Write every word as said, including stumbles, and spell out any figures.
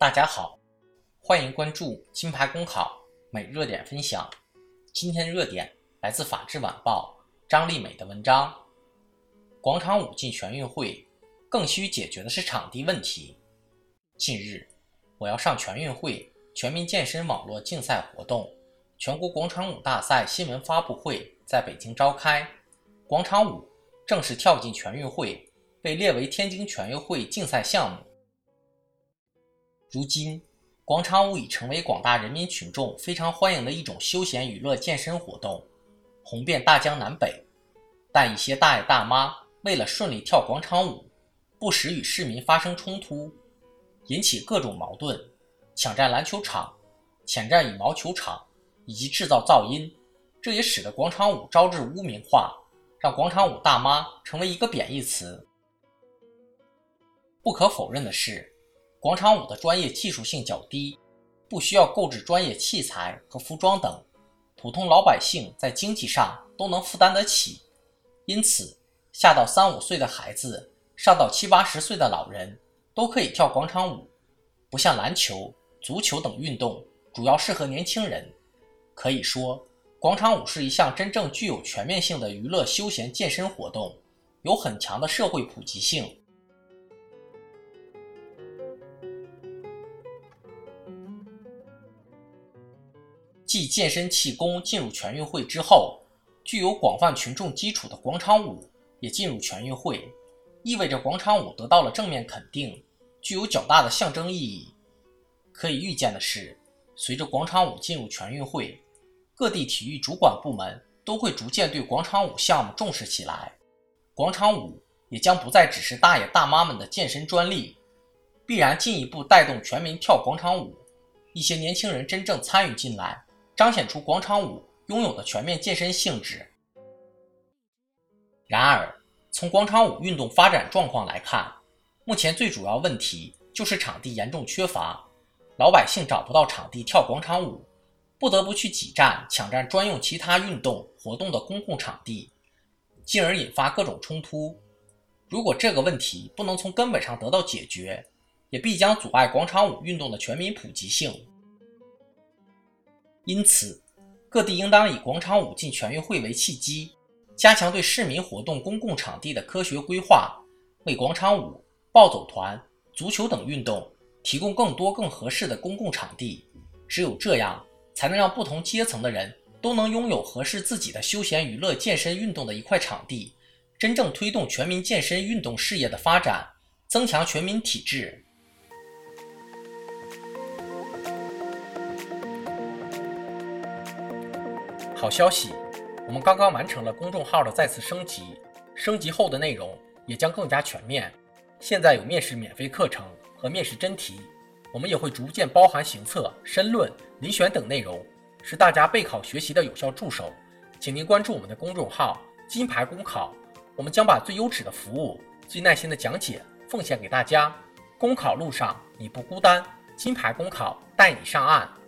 大家好，欢迎关注金牌公考每日热点分享。今天热点来自法制晚报张丽美的文章。广场舞进全运会，更需解决的是场地问题。近日，我要上全运会全民健身网络竞赛活动全国广场舞大赛新闻发布会在北京召开，广场舞正式跳进全运会，被列为天津全运会竞赛项目。如今，广场舞已成为广大人民群众非常欢迎的一种休闲娱乐健身活动，红遍大江南北。但一些大爷大妈为了顺利跳广场舞，不时与市民发生冲突，引起各种矛盾，抢占篮球场、潜占羽毛球场以及制造噪音，这也使得广场舞招致污名化，让广场舞大妈成为一个贬义词。不可否认的是，广场舞的专业技术性较低，不需要购置专业器材和服装等，普通老百姓在经济上都能负担得起。因此，下到三五岁的孩子，上到七八十岁的老人，都可以跳广场舞。不像篮球、足球等运动，主要适合年轻人。可以说，广场舞是一项真正具有全面性的娱乐休闲健身活动，有很强的社会普及性。继健身气功进入全运会之后，具有广泛群众基础的广场舞也进入全运会，意味着广场舞得到了正面肯定，具有较大的象征意义。可以预见的是，随着广场舞进入全运会，各地体育主管部门都会逐渐对广场舞项目重视起来，广场舞也将不再只是大爷大妈们的健身专利，必然进一步带动全民跳广场舞，一些年轻人真正参与进来，彰显出广场舞拥有的全面健身性质。然而，从广场舞运动发展状况来看，目前最主要问题就是场地严重缺乏，老百姓找不到场地跳广场舞，不得不去挤占抢占专用其他运动活动的公共场地，进而引发各种冲突。如果这个问题不能从根本上得到解决，也必将阻碍广场舞运动的全民普及性。因此，各地应当以广场舞进全运会为契机，加强对市民活动公共场地的科学规划，为广场舞、暴走团、足球等运动提供更多更合适的公共场地。只有这样，才能让不同阶层的人都能拥有合适自己的休闲娱乐健身运动的一块场地，真正推动全民健身运动事业的发展，增强全民体质。好消息，我们刚刚完成了公众号的再次升级，升级后的内容也将更加全面。现在有面试免费课程和面试真题，我们也会逐渐包含行测、申论、遴选等内容，是大家备考学习的有效助手。请您关注我们的公众号金牌公考，我们将把最优质的服务、最耐心的讲解奉献给大家。公考路上你不孤单，金牌公考带你上岸。